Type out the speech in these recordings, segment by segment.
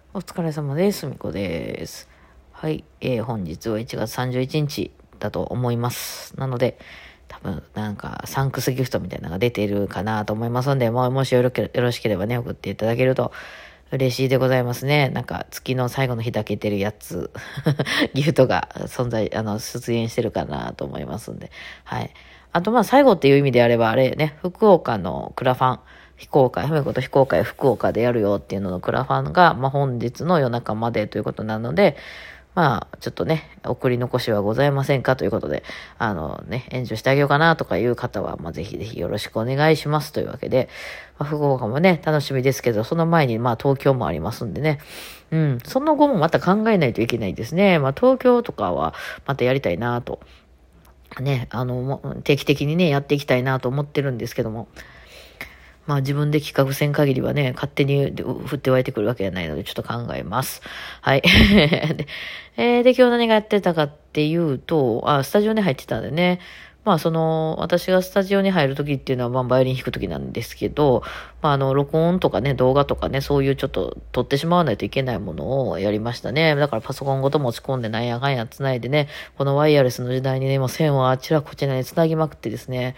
お疲れ様です。みこです。はい、本日は1月31日だと思います。なので、多分なんかサンクスギフトみたいなのが出ているかなと思いますので、もしよろしければね、送っていただけると嬉しいでございますね。なんか月の最後の日だけ出るやつ、ギフトが出現してるかなと思いますんで。はい。あと最後っていう意味であれば、あれね、福岡のクラファン、非公開、ふみこと非公開福岡でやるよっていうののクラファンが、本日の夜中までということなので、ちょっとね、送り残しはございませんかということで、援助してあげようかなとかいう方は、ぜひぜひよろしくお願いしますというわけで、福岡もね、楽しみですけど、その前に、東京もありますんでね、その後もまた考えないといけないですね。東京とかはまたやりたいなと、ね、定期的にね、やっていきたいなと思ってるんですけども、自分で企画せん限りはね、勝手に降って湧いてくるわけじゃないので、ちょっと考えます。はい。で、今日何がやってたかっていうと、スタジオに入ってたんでね。私がスタジオに入るときっていうのは、バイオリン弾くときなんですけど、録音とかね、動画とかね、そういうちょっと撮ってしまわないといけないものをやりましたね。だからパソコンごと持ち込んでなんやかんや繋いでね、このワイヤレスの時代にね、もう線をあちらこちらに繋ぎまくってですね、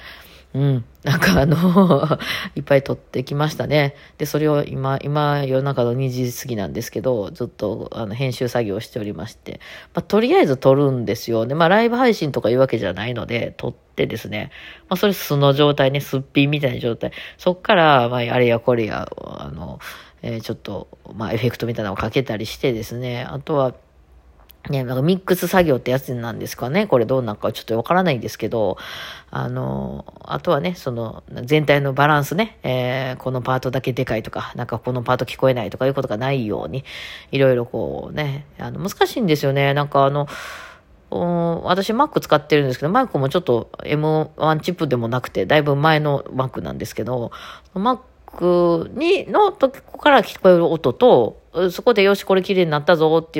いっぱい撮ってきましたね。で、それを今夜中の2時過ぎなんですけど、ずっと編集作業をしておりまして、とりあえず撮るんですよ。で、ライブ配信とかいうわけじゃないので、撮ってですね、それ素の状態ね、すっぴんみたいな状態。そっから、あれやこれや、ちょっと、エフェクトみたいなのをかけたりしてですね、あとは、ね、ミックス作業ってやつなんですかね。これどうなんかちょっとわからないんですけど、あとはね、全体のバランスね、このパートだけでかいとか、このパート聞こえないとかいうことがないように、いろいろ難しいんですよね。私 Mac 使ってるんですけど、Mac もちょっと M1 チップでもなくて、だいぶ前の Mac なんですけど、Mac の時から聞こえる音と、そこでよしこれ綺麗になったぞって言って、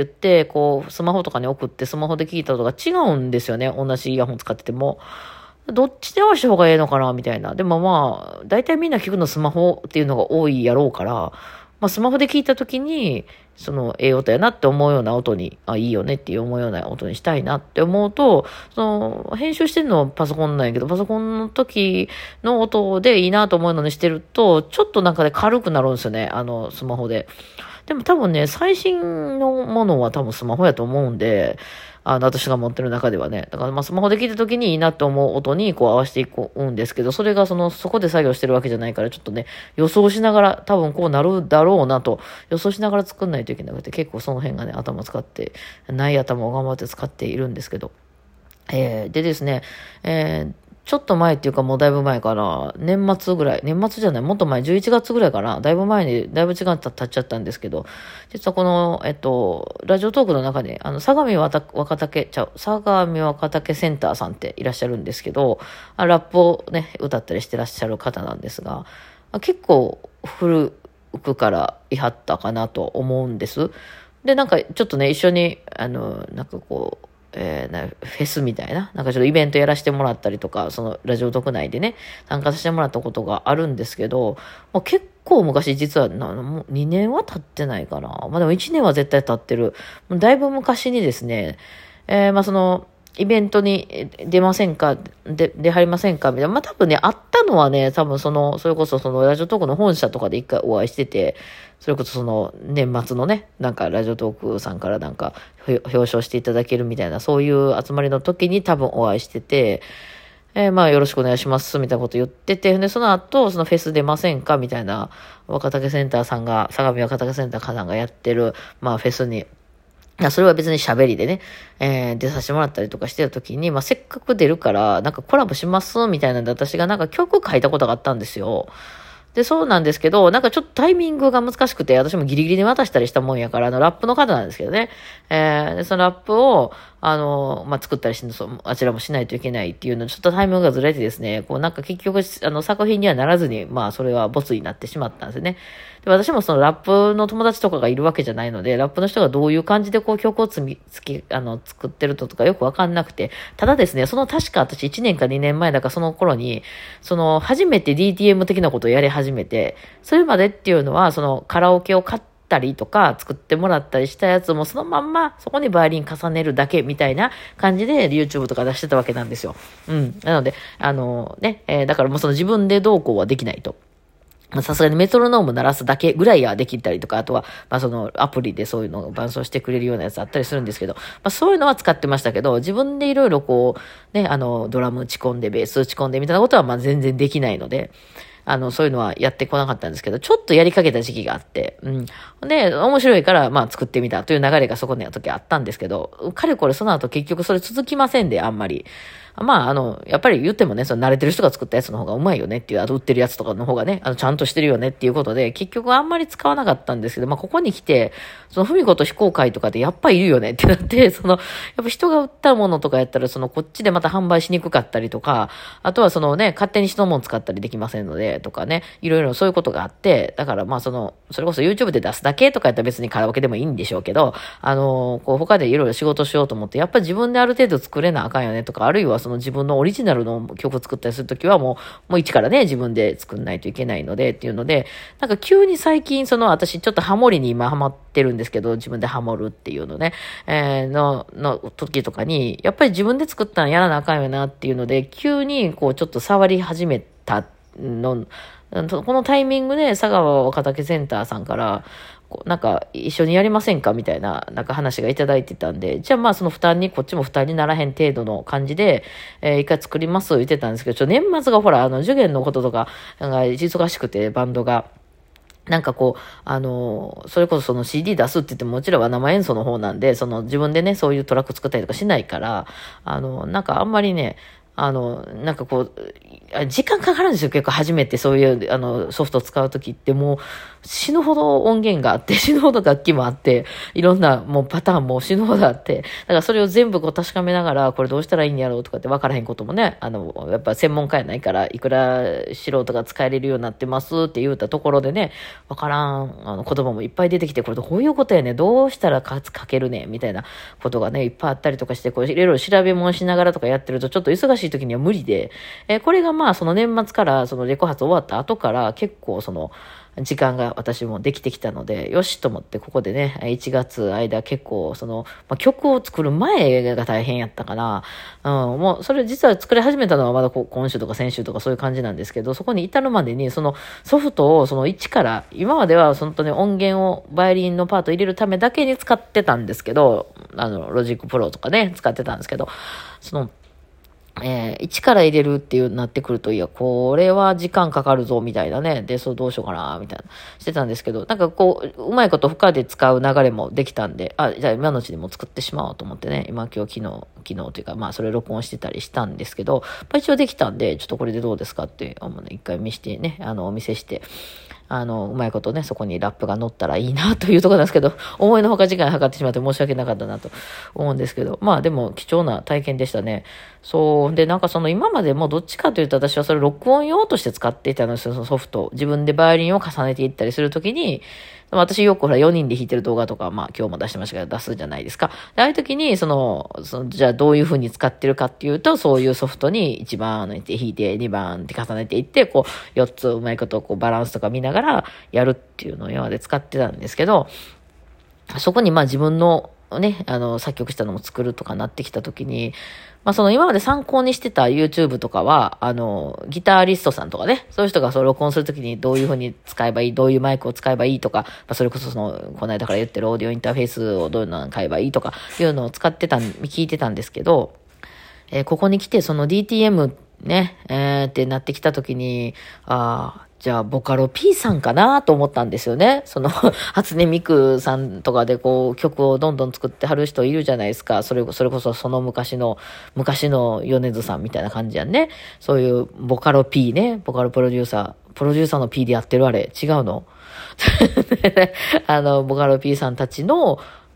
スマホとかに送ってスマホで聞いた音が違うんですよね。同じイヤホン使ってても。どっちで合わせた方がいいのかなみたいな。でも大体みんな聞くのスマホっていうのが多いやろうから、スマホで聞いたときに、ええ音やなって思うような音に、いいよねって思うような音にしたいなって思うと、編集してるのはパソコンなんやけど、パソコンの時の音でいいなと思うのにしてると、ちょっと軽くなるんですよね、スマホで。でも多分ね、最新のものは多分スマホやと思うんで、私が持ってる中ではね。だからスマホで聞いた時にいいなと思う音に合わせていくんですけど、それがそこで作業してるわけじゃないから、ちょっとね、予想しながら、多分こうなるだろうなと、予想しながら作んないといけなくて、結構その辺がね、頭使って、ない頭を頑張って使っているんですけど。でですね、ちょっと前っていうかもうだいぶ前から、年末じゃない、もっと前、11月ぐらいかな、だいぶ前に、だいぶ時間経っちゃったんですけど、実はこの、ラジオトークの中で、相模若竹センターさんっていらっしゃるんですけど、ラップをね、歌ったりしてらっしゃる方なんですが、結構古くからいはったかなと思うんです。で、ちょっとね、一緒に、フェスみたいな、ちょっとイベントやらせてもらったりとか、ラジオ特内でね、参加させてもらったことがあるんですけど、結構昔、実はもう2年は経ってないかな。でも1年は絶対経ってる。だいぶ昔にですね、イベントに出ませんか出はりませんかみたいな。多分ね、あったのはね、多分それこそラジオトークの本社とかで一回お会いしてて、それこそ年末のね、ラジオトークさんから表彰していただけるみたいな、そういう集まりの時に多分お会いしてて、よろしくお願いします、みたいなこと言ってて、で、その後、フェス出ませんかみたいな、若竹センターさんが、相模若竹センターさんがやってる、フェスに、それは別に喋りでね、出させてもらったりとかしてた時に、せっかく出るから、コラボしますみたいなんで、私が曲書いたことがあったんですよ。で、そうなんですけど、ちょっとタイミングが難しくて、私もギリギリで渡したりしたもんやから、ラップの方なんですけどね。で、そのラップを、作ったりして、あちらもしないといけないっていうの、ちょっとタイミングがずれてですね、結局、作品にはならずに、それはボツになってしまったんですよね。で、私もラップの友達とかがいるわけじゃないので、ラップの人がどういう感じで曲を作ってるとかよくわかんなくて、ただですね、確か私1年か2年前だからその頃に、初めて DTM 的なことをやり始めて、それまでっていうのは、カラオケを買っったりとか、作ってもらったりしたやつもそのまんまそこにバイオリン重ねるだけみたいな感じで YouTube とか出してたわけなんですよ。なので、だからもうその自分でどうこうはできないと。さすがにメトロノーム鳴らすだけぐらいはできたりとか、あとは、そのアプリでそういうのを伴奏してくれるようなやつあったりするんですけど、そういうのは使ってましたけど、自分でいろいろドラム打ち込んで、ベース打ち込んでみたいなことは全然できないので、そういうのはやってこなかったんですけど、ちょっとやりかけた時期があって、で、面白いから、作ってみたという流れがそこにあった時あったんですけど、かれこれその後結局それ続きませんで、あんまり。やっぱり言ってもね、その慣れてる人が作ったやつの方がうまいよねっていう、売ってるやつとかの方がね、ちゃんとしてるよねっていうことで、結局あんまり使わなかったんですけど、ここに来て、そのふみこと非公開とかでやっぱいるよねってなって、やっぱ人が売ったものとかやったら、こっちでまた販売しにくかったりとか、あとは勝手に人のもの使ったりできませんので、とかね、いろいろそういうことがあって、だからそれこそ YouTube で出すだけとかやったら別にカラオケでもいいんでしょうけど、他でいろいろ仕事しようと思って、やっぱり自分である程度作れなあかんよねとか、あるいは自分のオリジナルの曲作ったりするときはもう一からね、自分で作んないといけないのでっていうので、急に最近私ちょっとハモリに今ハマってるんですけど、自分でハモるっていうのね、の時とかに、やっぱり自分で作ったのやらなあかんよなっていうので、急にちょっと触り始めたの、このタイミングで佐川若竹センターさんから、一緒にやりませんかみたいな、話がいただいてたんで、じゃあこっちも負担にならへん程度の感じで、一回作ります言ってたんですけど、年末がほら、受験のこととか、忙しくて、バンドが。それこそCD 出すって言っても、うちらは生演奏の方なんで、自分でね、そういうトラック作ったりとかしないから、あんまりね、時間かかるんですよ。結構初めてそういう、ソフトを使うときってもう死ぬほど音源があって、死ぬほど楽器もあって、いろんなもうパターンも死ぬほどあって、だからそれを全部確かめながら、これどうしたらいいんやろうとかって分からへんこともね、やっぱ専門家やないから、いくら素人が使えれるようになってますって言ったところでね、分からん、言葉もいっぱい出てきて、これどういうことやね、どうしたら書けるね、みたいなことがね、いっぱいあったりとかして、いろいろ調べ物しながらとかやってると、ちょっと忙しい時には無理で、これがその年末からレコ発終わった後から結構時間が私もできてきたので、よしと思ってここでね、1月間結構曲を作る前が大変やったかな。もうそれ実は作り始めたのはまだ今週とか先週とかそういう感じなんですけど、そこに至るまでにソフトを一から、今までは本当に音源をバイオリンのパート入れるためだけに使ってたんですけど、ロジックプロとかね、使ってたんですけど、一から入れるっていうなってくると、いや、これは時間かかるぞ、みたいなね。で、どうしようかな、みたいな、してたんですけど、うまいこと負荷で使う流れもできたんで、じゃあ今のうちにも作ってしまおうと思ってね、今昨日というか、それ録音してたりしたんですけど、一応できたんで、ちょっとこれでどうですかって、一回見してね、お見せして、うまいことね、そこにラップが乗ったらいいなというところなんですけど、思いのほか時間計ってしまって申し訳なかったなと思うんですけど、でも貴重な体験でしたね。そう。で、今までもどっちかというと私はそれ録音用として使っていたんですよ、そのソフト。自分でバイオリンを重ねていったりするときに、私よくほら4人で弾いてる動画とか、今日も出してましたけど出すじゃないですか。でああいう時に、じゃあどういう風に使ってるかっていうと、そういうソフトに1番弾いて、2番って重ねていって、4つうまいことバランスとか見ながらやるっていうのを今まで使ってたんですけど、そこに自分のね、作曲したのも作るとかなってきたときに、今まで参考にしてた YouTube とかは、ギタリストさんとかね、そういう人が録音するときにどういう風に使えばいい、どういうマイクを使えばいいとか、それこそこの間から言ってるオーディオインターフェースをどういうの買えばいいとか、いうのを聞いてたんですけど、ここに来てDTM ね、ってなってきたときに、じゃあ、ボカロ P さんかなと思ったんですよね。初音ミクさんとかで曲をどんどん作ってはる人いるじゃないですか。それこそ昔の米津さんみたいな感じやんね。そういうボカロ P ね、ボカロプロデューサーの P でやってるあれ、違うのボカロ P さんたちの、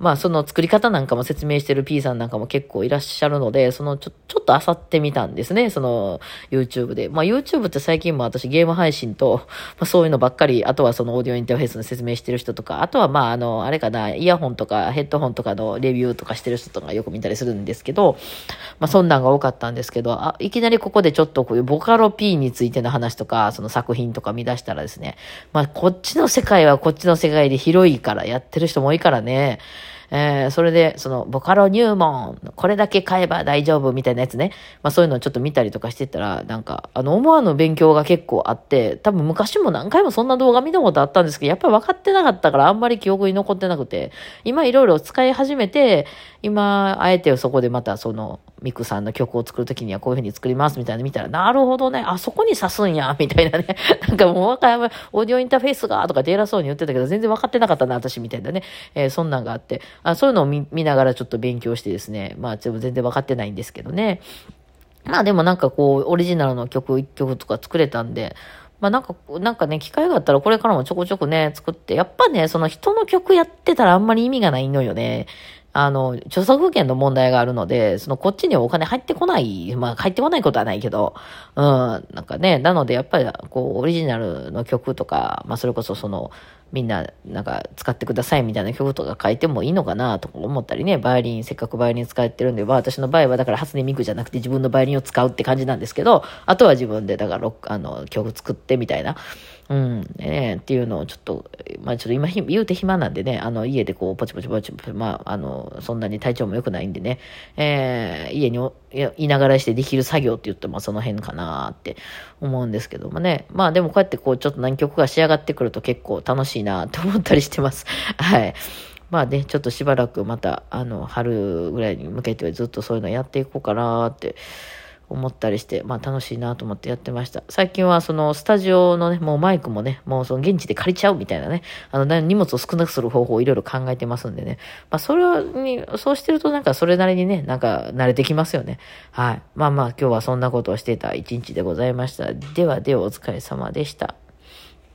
まあその作り方なんかも説明してる P さんなんかも結構いらっしゃるので、そのちょっと漁ってみたんですね。その YouTube で。まあ YouTube って最近も私ゲーム配信と、まあそういうのばっかり、あとはそのオーディオインターフェースの説明してる人とか、あとはまああれかな、イヤホンとかヘッドホンとかのレビューとかしてる人とかよく見たりするんですけど、まあそんなんが多かったんですけど、いきなりここでちょっとこういうボカロ P についての話とか、その作品とか見出したらですね、まあこっちの世界はこっちの世界で広いからやってる人も多いからね、それで、その、ボカロ入門、これだけ買えば大丈夫みたいなやつね。まあそういうのをちょっと見たりとかしてたら、なんか、思わぬ勉強が結構あって、多分昔も何回もそんな動画見たことあったんですけど、やっぱり分かってなかったからあんまり記憶に残ってなくて、今いろいろ使い始めて、今、あえてそこでまたその、ミクさんの曲を作るときにはこういう風に作りますみたいなの見たら、なるほどね、あそこに刺すんや、みたいなね。なんかもうオーディオインターフェースが、とかで偉そうに言ってたけど、全然分かってなかったな、私みたいなね。そんなんがあって、そういうのを見ながらちょっと勉強してですね、まあ全然分かってないんですけどね。まあでもなんかこう、オリジナルの曲一曲とか作れたんで、まあなんかね、機会があったらこれからもちょこちょこね、作って、やっぱね、その人の曲やってたらあんまり意味がないのよね。著作権の問題があるので、こっちにはお金入ってこない、まあ入ってこないことはないけど、なんかね、なのでやっぱり、こう、オリジナルの曲とか、まあそれこそみんな、なんか使ってくださいみたいな曲とか書いてもいいのかなとか思ったりね、せっかくバイオリン使ってるんで、私の場合はだから初音ミクじゃなくて自分のバイオリンを使うって感じなんですけど、あとは自分でだから曲作ってみたいな、っていうのをちょっと、まあちょっと今言うて暇なんでね、家でこう、ポチポチポチ、まあそんなに体調も良くないんでね、家にいながらしてできる作業って言ってもその辺かなって思うんですけどもね。まあでもこうやってこう、ちょっと何曲か仕上がってくると結構楽しいなと思ったりしてます。はい。まあね、ちょっとしばらくまた、春ぐらいに向けてずっとそういうのやっていこうかなって思ったりして、まあ楽しいなと思ってやってました。最近はそのスタジオのね、もうマイクもね、もうその現地で借りちゃうみたいなね、荷物を少なくする方法をいろいろ考えてますんでね。まあそうしてるとなんかそれなりにね、なんか慣れてきますよね。はい。まあまあ今日はそんなことをしていた一日でございました。ではお疲れ様でした。